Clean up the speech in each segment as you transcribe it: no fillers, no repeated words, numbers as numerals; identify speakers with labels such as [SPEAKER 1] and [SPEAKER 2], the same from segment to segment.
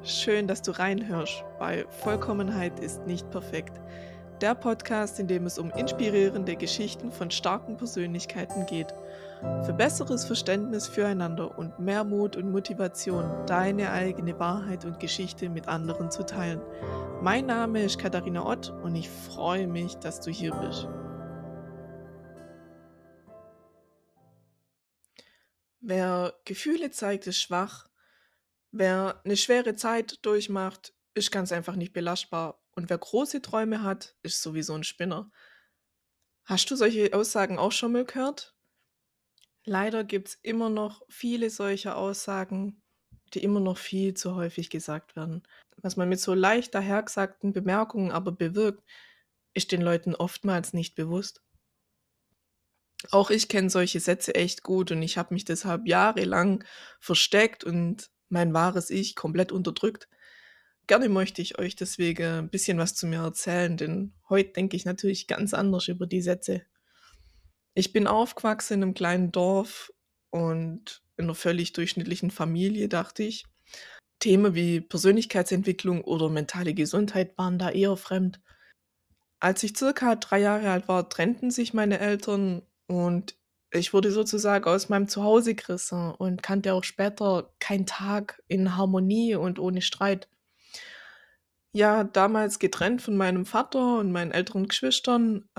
[SPEAKER 1] Schön, dass du reinhörst bei Vollkommenheit ist nicht perfekt. Der Podcast, in dem es um inspirierende Geschichten von starken Persönlichkeiten geht. Für besseres Verständnis füreinander und mehr Mut und Motivation, deine eigene Wahrheit und Geschichte mit anderen zu teilen. Mein Name ist Katharina Ott und ich freue mich, dass du hier bist. Wer Gefühle zeigt, ist schwach. Wer eine schwere Zeit durchmacht, ist ganz einfach nicht belastbar. Und wer große Träume hat, ist sowieso ein Spinner. Hast du solche Aussagen auch schon mal gehört? Leider gibt's immer noch viele solcher Aussagen, die immer noch viel zu häufig gesagt werden. Was man mit so leicht dahergesagten Bemerkungen aber bewirkt, ist den Leuten oftmals nicht bewusst. Auch ich kenne solche Sätze echt gut und ich habe mich deshalb jahrelang versteckt und mein wahres Ich komplett unterdrückt. Gerne möchte ich euch deswegen ein bisschen was zu mir erzählen, denn heute denke ich natürlich ganz anders über die Sätze. Ich bin aufgewachsen in einem kleinen Dorf und in einer völlig durchschnittlichen Familie, dachte ich. Themen wie Persönlichkeitsentwicklung oder mentale Gesundheit waren da eher fremd. Als ich circa 3 Jahre alt war, trennten sich meine Eltern und ich wurde sozusagen aus meinem Zuhause gerissen und kannte auch später keinen Tag in Harmonie und ohne Streit. Ja, damals getrennt von meinem Vater und meinen älteren Geschwistern,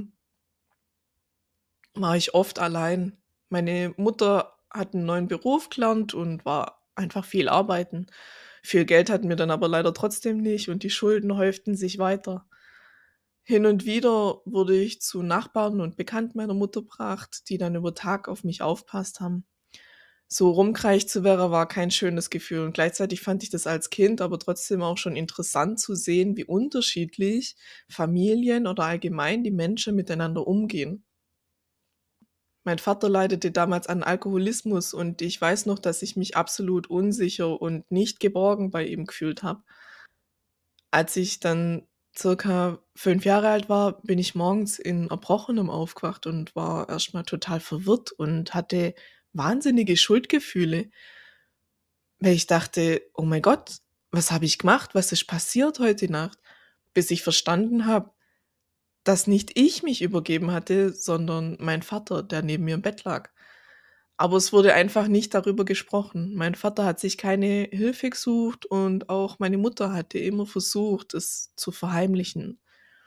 [SPEAKER 1] war ich oft allein. Meine Mutter hat 'n neuen Beruf gelernt und war einfach viel arbeiten. Viel Geld hatten wir dann aber leider trotzdem nicht und die Schulden häuften sich weiter. Hin und wieder wurde ich zu Nachbarn und Bekannten meiner Mutter gebracht, die dann über Tag auf mich aufpasst haben. So rumgereicht zu werden, war kein schönes Gefühl und gleichzeitig fand ich das als Kind aber trotzdem auch schon interessant zu sehen, wie unterschiedlich Familien oder allgemein die Menschen miteinander umgehen. Mein Vater leidete damals an Alkoholismus und ich weiß noch, dass ich mich absolut unsicher und nicht geborgen bei ihm gefühlt habe. Als ich dann circa 5 Jahre alt war, bin ich morgens in Erbrochenem aufgewacht und war erst mal total verwirrt und hatte wahnsinnige Schuldgefühle, weil ich dachte: „Oh mein Gott, was habe ich gemacht? Was ist passiert heute Nacht?“ Bis ich verstanden habe, dass nicht ich mich übergeben hatte, sondern mein Vater, der neben mir im Bett lag. Aber es wurde einfach nicht darüber gesprochen. Mein Vater hat sich keine Hilfe gesucht und auch meine Mutter hatte immer versucht, es zu verheimlichen.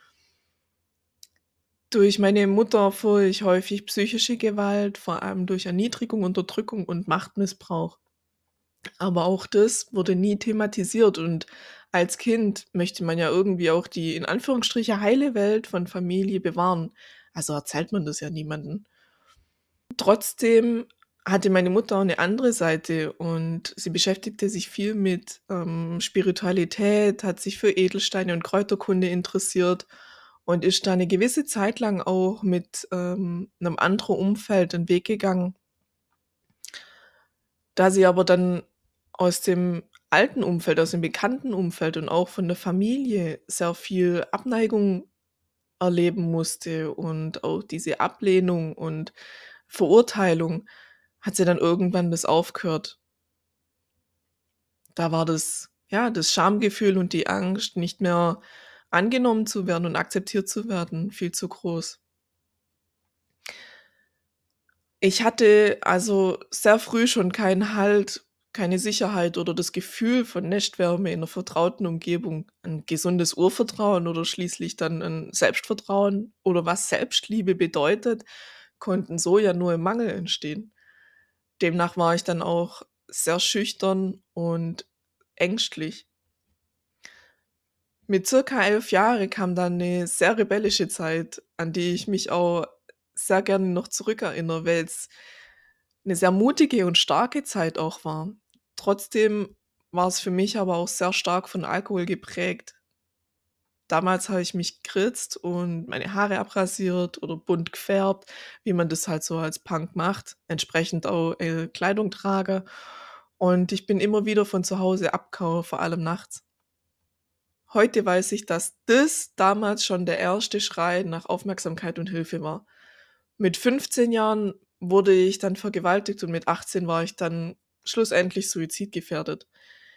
[SPEAKER 1] Durch meine Mutter erfuhr ich häufig psychische Gewalt, vor allem durch Erniedrigung, Unterdrückung und Machtmissbrauch. Aber auch das wurde nie thematisiert und als Kind möchte man ja irgendwie auch die in Anführungsstriche heile Welt von Familie bewahren. Also erzählt man das ja niemandem. Trotzdem hatte meine Mutter auch 'ne andere Seite und sie beschäftigte sich viel mit, Spiritualität, hat sich für Edelsteine und Kräuterkunde interessiert und ist da 'ne gewisse Zeit lang auch mit, 'nem anderen Umfeld 'n Weg gegangen. Da sie aber dann aus dem alten Umfeld, aus dem bekannten Umfeld und auch von der Familie sehr viel Abneigung erleben musste und auch diese Ablehnung und Verurteilung, hat sie dann irgendwann das aufgehört. Da war das Schamgefühl und die Angst, nicht mehr angenommen zu werden und akzeptiert zu werden, viel zu groß. Ich hatte also sehr früh schon keinen Halt, keine Sicherheit oder das Gefühl von Nestwärme in 'ner vertrauten Umgebung. 'N gesundes Urvertrauen oder schließlich dann 'n Selbstvertrauen oder was Selbstliebe bedeutet, konnten so ja nur im Mangel entstehen. Demnach war ich dann auch sehr schüchtern und ängstlich. Mit circa 11 Jahre kam dann 'ne sehr rebellische Zeit, an die ich mich auch sehr gerne noch zurückerinnere, weil's 'ne sehr mutige und starke Zeit auch war. Trotzdem war's für mich aber auch sehr stark von Alkohol geprägt. Damals habe ich mich geritzt und meine Haare abrasiert oder bunt gefärbt, wie man das halt so als Punk macht, entsprechend auch, Kleidung trage. Und ich bin immer wieder von zu Hause abgehauen, vor allem nachts. Heute weiß ich, dass das damals schon der erste Schrei nach Aufmerksamkeit und Hilfe war. Mit 15 Jahren wurde ich dann vergewaltigt und mit 18 war ich dann schlussendlich suizidgefährdet.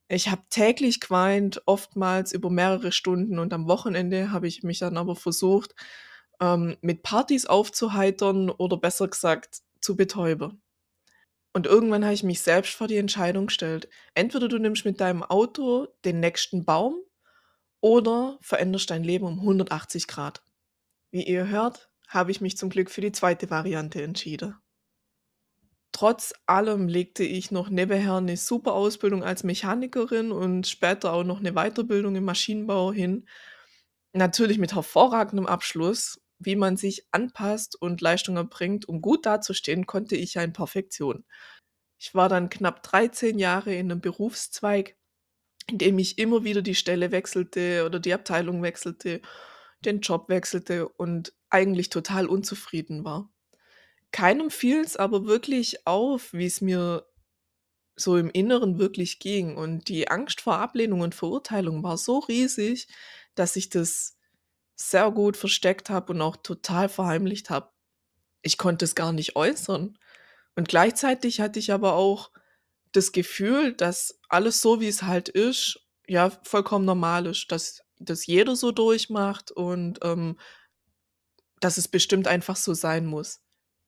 [SPEAKER 1] Ich habe täglich geweint, oftmals über mehrere Stunden und am Wochenende habe ich mich dann aber versucht, mit Partys aufzuheitern oder besser gesagt zu betäuben. Und irgendwann habe ich mich selbst vor die Entscheidung gestellt: Entweder du nimmst mit deinem Auto den nächsten Baum oder veränderst dein Leben um 180 Grad. Wie ihr hört, habe ich mich zum Glück für die zweite Variante entschieden. Trotz allem legte ich noch nebenher 'ne super Ausbildung als Mechanikerin und später auch noch 'ne Weiterbildung im Maschinenbau hin. Natürlich mit hervorragendem Abschluss. Wie man sich anpasst und Leistung erbringt, um gut dazustehen, konnte ich ja in Perfektion. Ich war dann knapp 13 Jahre in 'nem Berufszweig, in dem ich immer wieder die Stelle wechselte oder die Abteilung wechselte, den Job wechselte und eigentlich total unzufrieden war. Keinem fiel's aber wirklich auf, wie's mir so im Inneren wirklich ging. Und die Angst vor Ablehnung und Verurteilung war so riesig, dass ich das sehr gut versteckt habe und auch total verheimlicht habe. Ich konnte es gar nicht äußern. Und gleichzeitig hatte ich aber auch das Gefühl, dass alles so, wie es halt ist, ja, vollkommen normal ist, dass das jeder so durchmacht und, dass es bestimmt einfach so sein muss.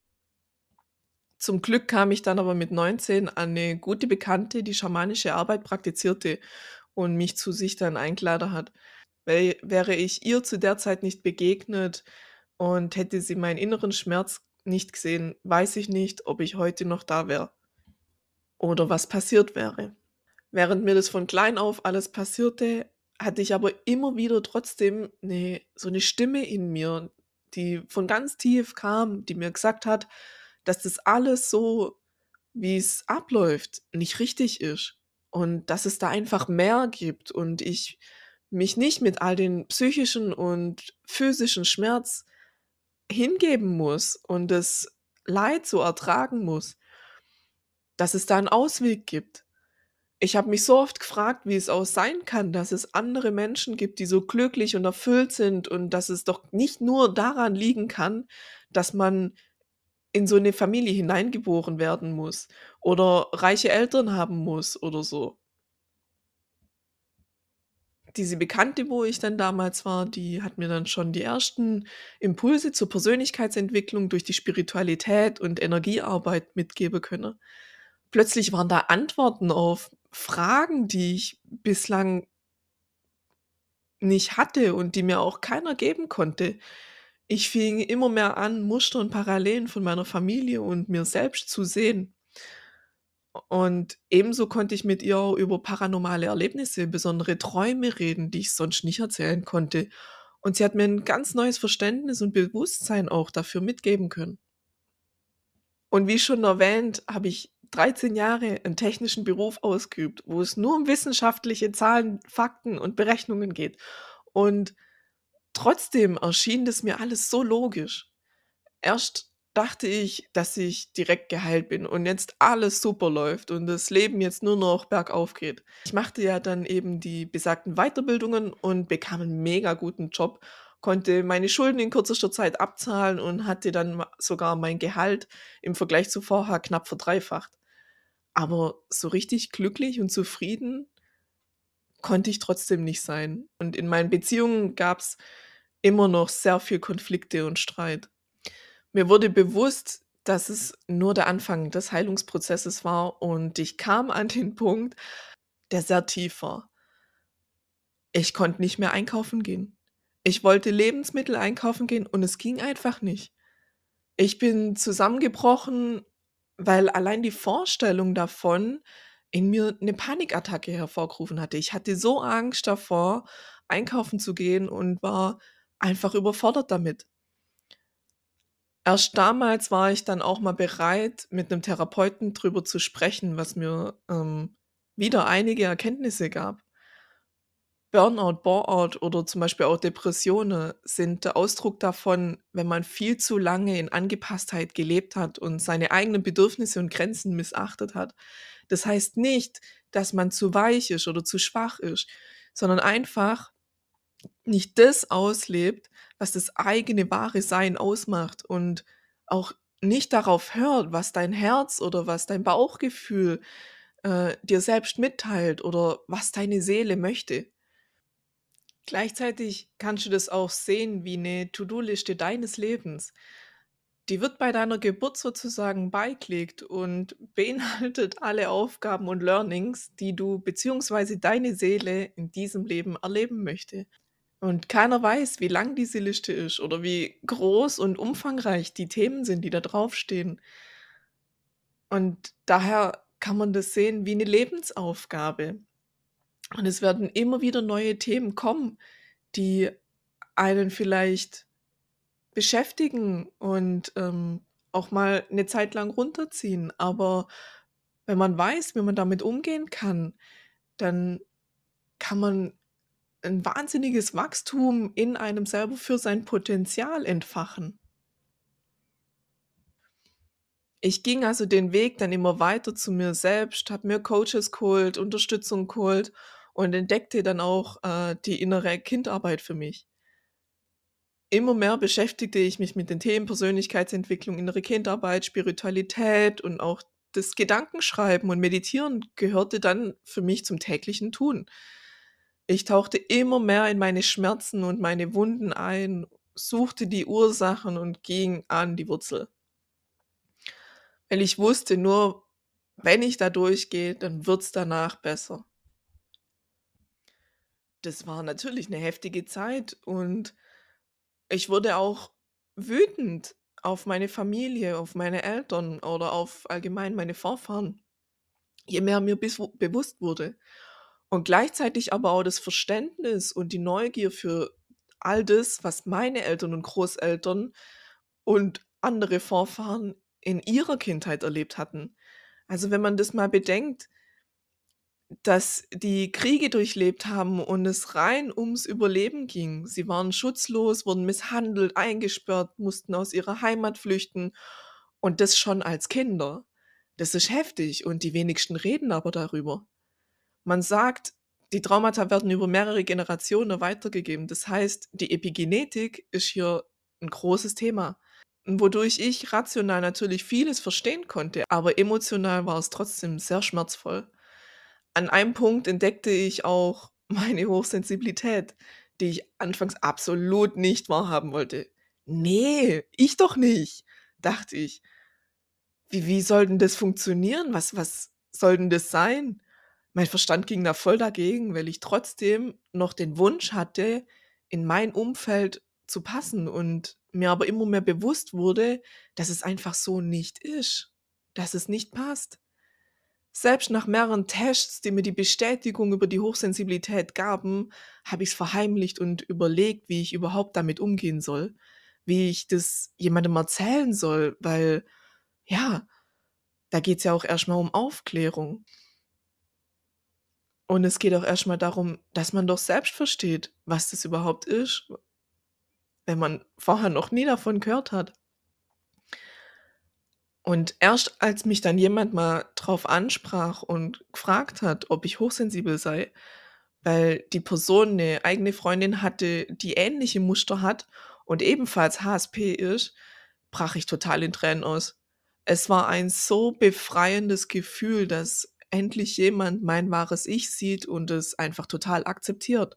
[SPEAKER 1] Zum Glück kam ich dann aber mit 19 an 'ne gute Bekannte, die schamanische Arbeit praktizierte und mich zu sich dann eingeladen hat. Wäre ich ihr zu der Zeit nicht begegnet und hätte sie meinen inneren Schmerz nicht gesehen, weiß ich nicht, ob ich heute noch da wäre oder was passiert wäre. Während mir das von klein auf alles passierte, hatte ich aber immer wieder trotzdem 'ne Stimme in mir, die von ganz tief kam, die mir gesagt hat, dass das alles so, wie es abläuft, nicht richtig ist und dass es da einfach mehr gibt und ich mich nicht mit all den psychischen und physischen Schmerz hingeben muss und das Leid so ertragen muss, dass es da 'n Ausweg gibt. Ich habe mich so oft gefragt, wie es auch sein kann, dass es andere Menschen gibt, die so glücklich und erfüllt sind und dass es doch nicht nur daran liegen kann, dass man in so 'ne Familie hineingeboren werden muss oder reiche Eltern haben muss oder so. Diese Bekannte, wo ich dann damals war, die hat mir dann schon die ersten Impulse zur Persönlichkeitsentwicklung durch die Spiritualität und Energiearbeit mitgeben können. Plötzlich waren da Antworten auf Fragen, die ich bislang nicht hatte und die mir auch keiner geben konnte. Ich fing immer mehr an, Muster und Parallelen von meiner Familie und mir selbst zu sehen. Und ebenso konnte ich mit ihr auch über paranormale Erlebnisse, besondere Träume reden, die ich sonst nicht erzählen konnte. Und sie hat mir 'n ganz neues Verständnis und Bewusstsein auch dafür mitgeben können. Und wie schon erwähnt, habe ich 13 Jahre 'n technischen Beruf ausgeübt, wo es nur um wissenschaftliche Zahlen, Fakten und Berechnungen geht. Und trotzdem erschien das mir alles so logisch. Erst dachte ich, dass ich direkt geheilt bin und jetzt alles super läuft und das Leben jetzt nur noch bergauf geht. Ich machte ja dann eben die besagten Weiterbildungen und bekam 'n mega guten Job, konnte meine Schulden in kürzester Zeit abzahlen und hatte dann ma sogar mein Gehalt im Vergleich zu vorher knapp verdreifacht. Aber so richtig glücklich und zufrieden konnte ich trotzdem nicht sein. Und in meinen Beziehungen gab's immer noch sehr viel Konflikte und Streit. Mir wurde bewusst, dass es nur der Anfang des Heilungsprozesses war und ich kam an den Punkt, der sehr tief war. Ich konnte nicht mehr einkaufen gehen. Ich wollte Lebensmittel einkaufen gehen und es ging einfach nicht. Ich bin zusammengebrochen, weil allein die Vorstellung davon in mir 'ne Panikattacke hervorgerufen hatte. Ich hatte so Angst davor, einkaufen zu gehen und war einfach überfordert damit. Erst damals war ich dann auch mal bereit, mit 'nem Therapeuten drüber zu sprechen, was mir, wieder einige Erkenntnisse gab. Burnout, Bore-out oder zum Beispiel auch Depressionen sind der Ausdruck davon, wenn man viel zu lange in Angepasstheit gelebt hat und seine eigenen Bedürfnisse und Grenzen missachtet hat. Das heißt nicht, dass man zu weich ist oder zu schwach ist, sondern einfach nicht das auslebt, was das eigene wahre Sein ausmacht und auch nicht darauf hört, was dein Herz oder was dein Bauchgefühl, dir selbst mitteilt oder was deine Seele möchte. Gleichzeitig kannst du das auch sehen wie eine To-do-Liste deines Lebens. Die wird bei deiner Geburt sozusagen beigelegt und beinhaltet alle Aufgaben und Learnings, die du beziehungsweise deine Seele in diesem Leben erleben möchte. Und keiner weiß, wie lang diese Liste ist oder wie groß und umfangreich die Themen sind, die da draufstehen. Und daher kann man das sehen wie eine Lebensaufgabe. Und es werden immer wieder neue Themen kommen, die einen vielleicht beschäftigen und, auch mal eine Zeit lang runterziehen. Aber wenn man weiß, wie man damit umgehen kann, dann kann man ein wahnsinniges Wachstum in einem selber für sein Potenzial entfachen. Ich ging also den Weg dann immer weiter zu mir selbst, habe mir Coaches geholt, Unterstützung geholt und entdeckte dann auch, die innere Kindarbeit für mich. Immer mehr beschäftigte ich mich mit den Themen Persönlichkeitsentwicklung, innere Kindarbeit, Spiritualität und auch das Gedankenschreiben und Meditieren gehörte dann für mich zum täglichen Tun. Ich tauchte immer mehr in meine Schmerzen und meine Wunden ein, suchte die Ursachen und ging an die Wurzel. Weil ich wusste, nur wenn ich da durchgehe, dann wird's danach besser. Das war natürlich 'ne heftige Zeit und ich wurde auch wütend auf meine Familie, auf meine Eltern oder auf allgemein meine Vorfahren, je mehr mir bewusst wurde. Und gleichzeitig aber auch das Verständnis und die Neugier für all das, was meine Eltern und Großeltern und andere Vorfahren in ihrer Kindheit erlebt hatten. Also, wenn man das mal bedenkt, dass die Kriege durchlebt haben und es rein ums Überleben ging. Sie waren schutzlos, wurden misshandelt, eingesperrt, mussten aus ihrer Heimat flüchten und das schon als Kinder. Das ist heftig und die wenigsten reden aber darüber. Man sagt, die Traumata werden über mehrere Generationen weitergegeben. Das heißt, die Epigenetik ist hier ein großes Thema, wodurch ich rational natürlich vieles verstehen konnte, aber emotional war es trotzdem sehr schmerzvoll. An einem Punkt entdeckte ich auch meine Hochsensibilität, die ich anfangs absolut nicht wahrhaben wollte. „Ne, ich doch nicht“, dachte ich. Wie soll denn das funktionieren? Was soll denn das sein? Mein Verstand ging da voll dagegen, weil ich trotzdem noch den Wunsch hatte, in mein Umfeld zu passen und mir aber immer mehr bewusst wurde, dass es einfach so nicht ist, dass es nicht passt. Selbst nach mehreren Tests, die mir die Bestätigung über die Hochsensibilität gaben, habe ich's verheimlicht und überlegt, wie ich überhaupt damit umgehen soll, wie ich das jemandem erzählen soll, weil, ja, da geht's ja auch erst mal um Aufklärung. Und es geht auch erst mal darum, dass man doch selbst versteht, was das überhaupt ist, wenn man vorher noch nie davon gehört hat. Und erst als mich dann jemand mal drauf ansprach und gefragt hat, ob ich hochsensibel sei, weil die Person 'ne eigene Freundin hatte, die ähnliche Muster hat und ebenfalls HSP ist, brach ich total in Tränen aus. Es war ein so befreiendes Gefühl, dass endlich jemand mein wahres Ich sieht und es einfach total akzeptiert.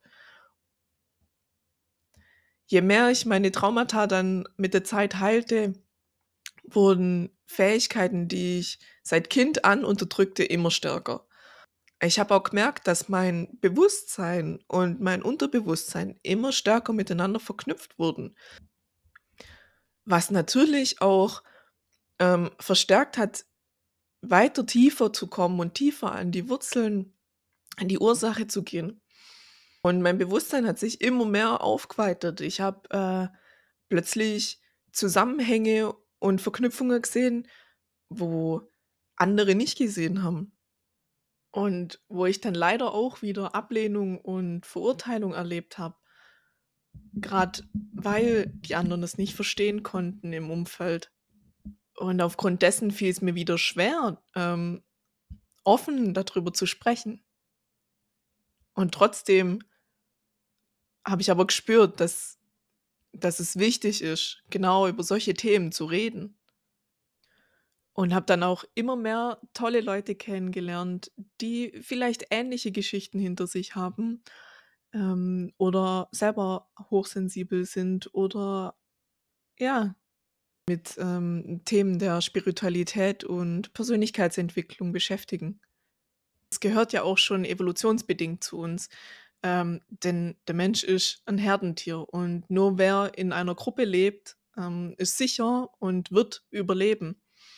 [SPEAKER 1] Je mehr ich meine Traumata dann mit der Zeit heilte, wurden Fähigkeiten, die ich seit Kind an unterdrückte, immer stärker. Ich habe auch gemerkt, dass mein Bewusstsein und mein Unterbewusstsein immer stärker miteinander verknüpft wurden, was natürlich auch, verstärkt hat, weiter tiefer zu kommen und tiefer an die Wurzeln, an die Ursache zu gehen. Und mein Bewusstsein hat sich immer mehr aufgeweitet. Ich habe, plötzlich Zusammenhänge und Verknüpfungen gesehen, wo andere nicht gesehen haben. Und wo ich dann leider auch wieder Ablehnung und Verurteilung erlebt habe, grad weil die anderen es nicht verstehen konnten im Umfeld. Und aufgrund dessen fiel es mir wieder schwer, offen dadrüber zu sprechen. Und trotzdem habe ich aber gespürt, dass es wichtig ist, genau über solche Themen zu reden. und habe dann auch immer mehr tolle Leute kennengelernt, die vielleicht ähnliche Geschichten hinter sich haben, oder selber hochsensibel sind oder ja, mit, Themen der Spiritualität und Persönlichkeitsentwicklung beschäftigen. Es gehört ja auch schon evolutionsbedingt zu uns, denn der Mensch ist ein Herdentier und nur wer in einer Gruppe lebt, ist sicher und wird überleben.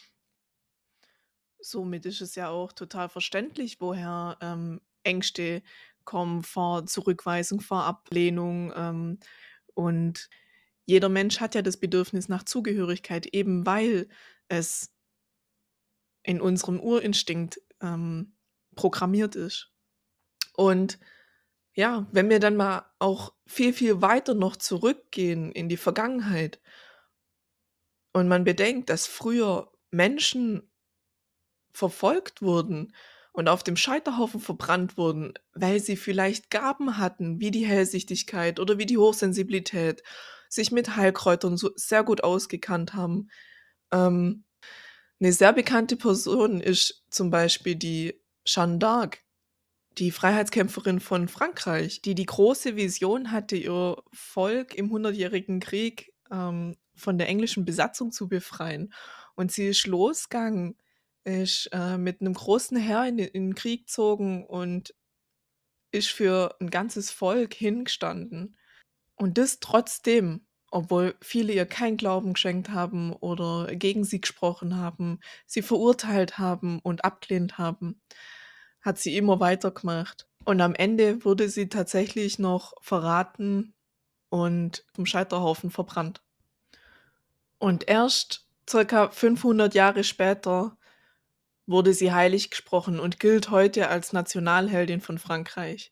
[SPEAKER 1] Somit ist es ja auch total verständlich, woher, Ängste kommen vor Zurückweisung, vor Ablehnung, und jeder Mensch hat ja das Bedürfnis nach Zugehörigkeit, eben weil es in unserem Urinstinkt, programmiert ist. Und ja, wenn wir dann mal auch viel, viel weiter noch zurückgehen in die Vergangenheit und man bedenkt, dass früher Menschen verfolgt wurden und auf dem Scheiterhaufen verbrannt wurden, weil sie vielleicht Gaben hatten, wie die Hellsichtigkeit oder wie die Hochsensibilität, sich mit Heilkräutern so sehr gut ausgekannt haben. Ähm, 'Ne sehr bekannte Person ist zum Beispiel die Jeanne d'Arc, die Freiheitskämpferin von Frankreich, die die große Vision hatte, ihr Volk im Hundertjährigen Krieg, von der englischen Besatzung zu befreien. Und sie ist losgegangen, ist, mit 'nem großen Heer in 'n Krieg gezogen und ist für 'n ganzes Volk hingestanden. Und das trotzdem, obwohl viele ihr keinen Glauben geschenkt haben oder gegen sie gesprochen haben, sie verurteilt haben und abgelehnt haben, hat sie immer weitergemacht. Und am Ende wurde sie tatsächlich noch verraten und zum Scheiterhaufen verbrannt. Und erst circa 500 Jahre später wurde sie heilig gesprochen und gilt heute als Nationalheldin von Frankreich.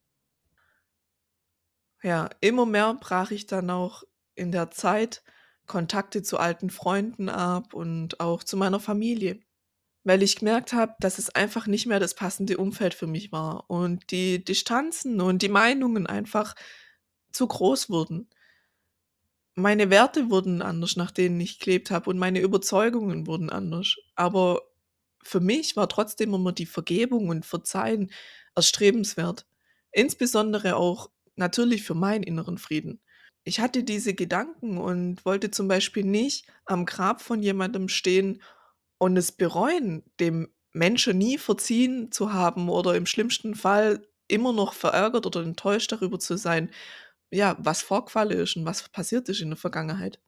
[SPEAKER 1] Ja, immer mehr brach ich dann auch in der Zeit Kontakte zu alten Freunden ab und auch zu meiner Familie, weil ich gemerkt habe, dass es einfach nicht mehr das passende Umfeld für mich war und die Distanzen und die Meinungen einfach zu groß wurden. Meine Werte wurden anders, nach denen ich gelebt habe, und meine Überzeugungen wurden anders. Aber für mich war trotzdem immer die Vergebung und Verzeihen erstrebenswert. Insbesondere auch natürlich für meinen inneren Frieden. Ich hatte diese Gedanken und wollte zum Beispiel nicht am Grab von jemandem stehen und es bereuen, dem Menschen nie verziehen zu haben oder im schlimmsten Fall immer noch verärgert oder enttäuscht darüber zu sein, ja, was vorgefallen ist und was passiert ist in der Vergangenheit.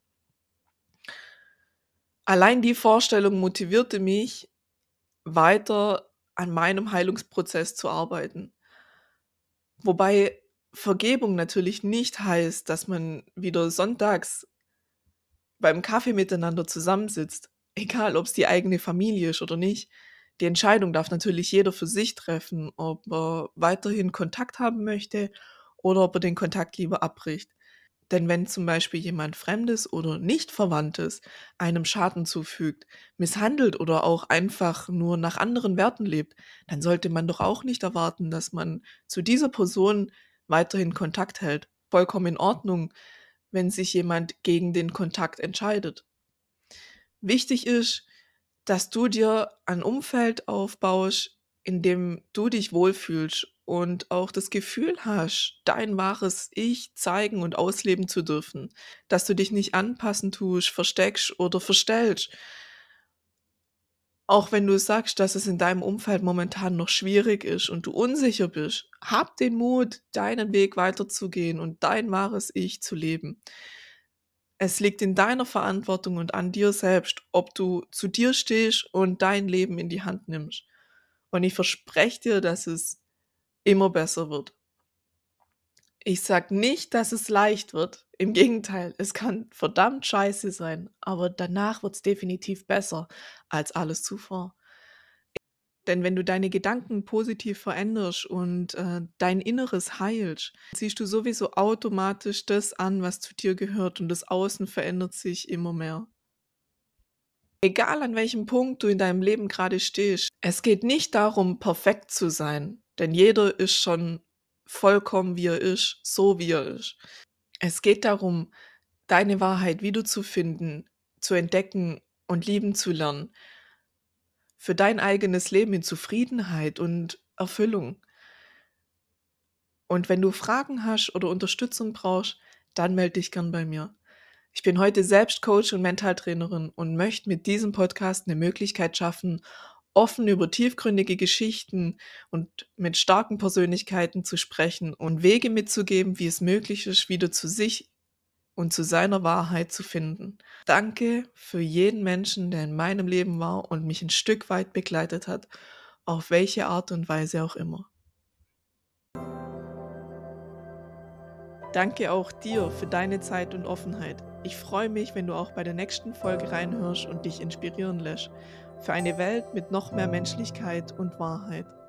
[SPEAKER 1] Allein die Vorstellung motivierte mich, weiter an meinem Heilungsprozess zu arbeiten. Wobei Vergebung natürlich nicht heißt, dass man wieder sonntags beim Kaffee miteinander zusammensitzt, egal ob es die eigene Familie ist oder nicht. Die Entscheidung darf natürlich jeder für sich treffen, ob er weiterhin Kontakt haben möchte oder ob er den Kontakt lieber abbricht. Denn wenn zum Beispiel jemand Fremdes oder Nicht-Verwandtes einem Schaden zufügt, misshandelt oder auch einfach nur nach anderen Werten lebt, dann sollte man doch auch nicht erwarten, dass man zu dieser Person weiterhin Kontakt hält. Vollkommen in Ordnung, wenn sich jemand gegen den Kontakt entscheidet. Wichtig ist, dass du dir ein Umfeld aufbaust, in dem du dich wohlfühlst und auch das Gefühl hast, dein wahres Ich zeigen und ausleben zu dürfen. Dass du dich nicht anpassen tust, versteckst oder verstellst. Auch wenn du sagst, dass es in deinem Umfeld momentan noch schwierig ist und du unsicher bist, hab den Mut, deinen Weg weiterzugehen und dein wahres Ich zu leben. Es liegt in deiner Verantwortung und an dir selbst, ob du zu dir stehst und dein Leben in die Hand nimmst. Und ich verspreche dir, dass es immer besser wird. Ich sage nicht, dass es leicht wird. Im Gegenteil, es kann verdammt scheiße sein, aber danach wird's definitiv besser als alles zuvor. Denn wenn du deine Gedanken positiv veränderst und, dein Inneres heilst, ziehst du sowieso automatisch das an, was zu dir gehört, und das Außen verändert sich immer mehr. Egal an welchem Punkt du in deinem Leben gerade stehst, es geht nicht darum, perfekt zu sein, denn jeder ist schon vollkommen, wie er ist, so wie er ist. Es geht darum, deine Wahrheit wiederzufinden, zu entdecken und lieben zu lernen. für dein eigenes Leben in Zufriedenheit und Erfüllung. Und wenn du Fragen hast oder Unterstützung brauchst, dann melde dich gern bei mir. Ich bin heute selbst Coach und Mentaltrainerin und möchte mit diesem Podcast eine Möglichkeit schaffen, offen über tiefgründige Geschichten und mit starken Persönlichkeiten zu sprechen und Wege mitzugeben, wie es möglich ist, wieder zu sich und zu seiner Wahrheit zu finden. Danke für jeden Menschen, der in meinem Leben war und mich ein Stück weit begleitet hat, auf welche Art und Weise auch immer. Danke auch dir für deine Zeit und Offenheit. Ich freue mich, wenn du auch bei der nächsten Folge reinhörst und dich inspirieren lässt für eine Welt mit noch mehr Menschlichkeit und Wahrheit.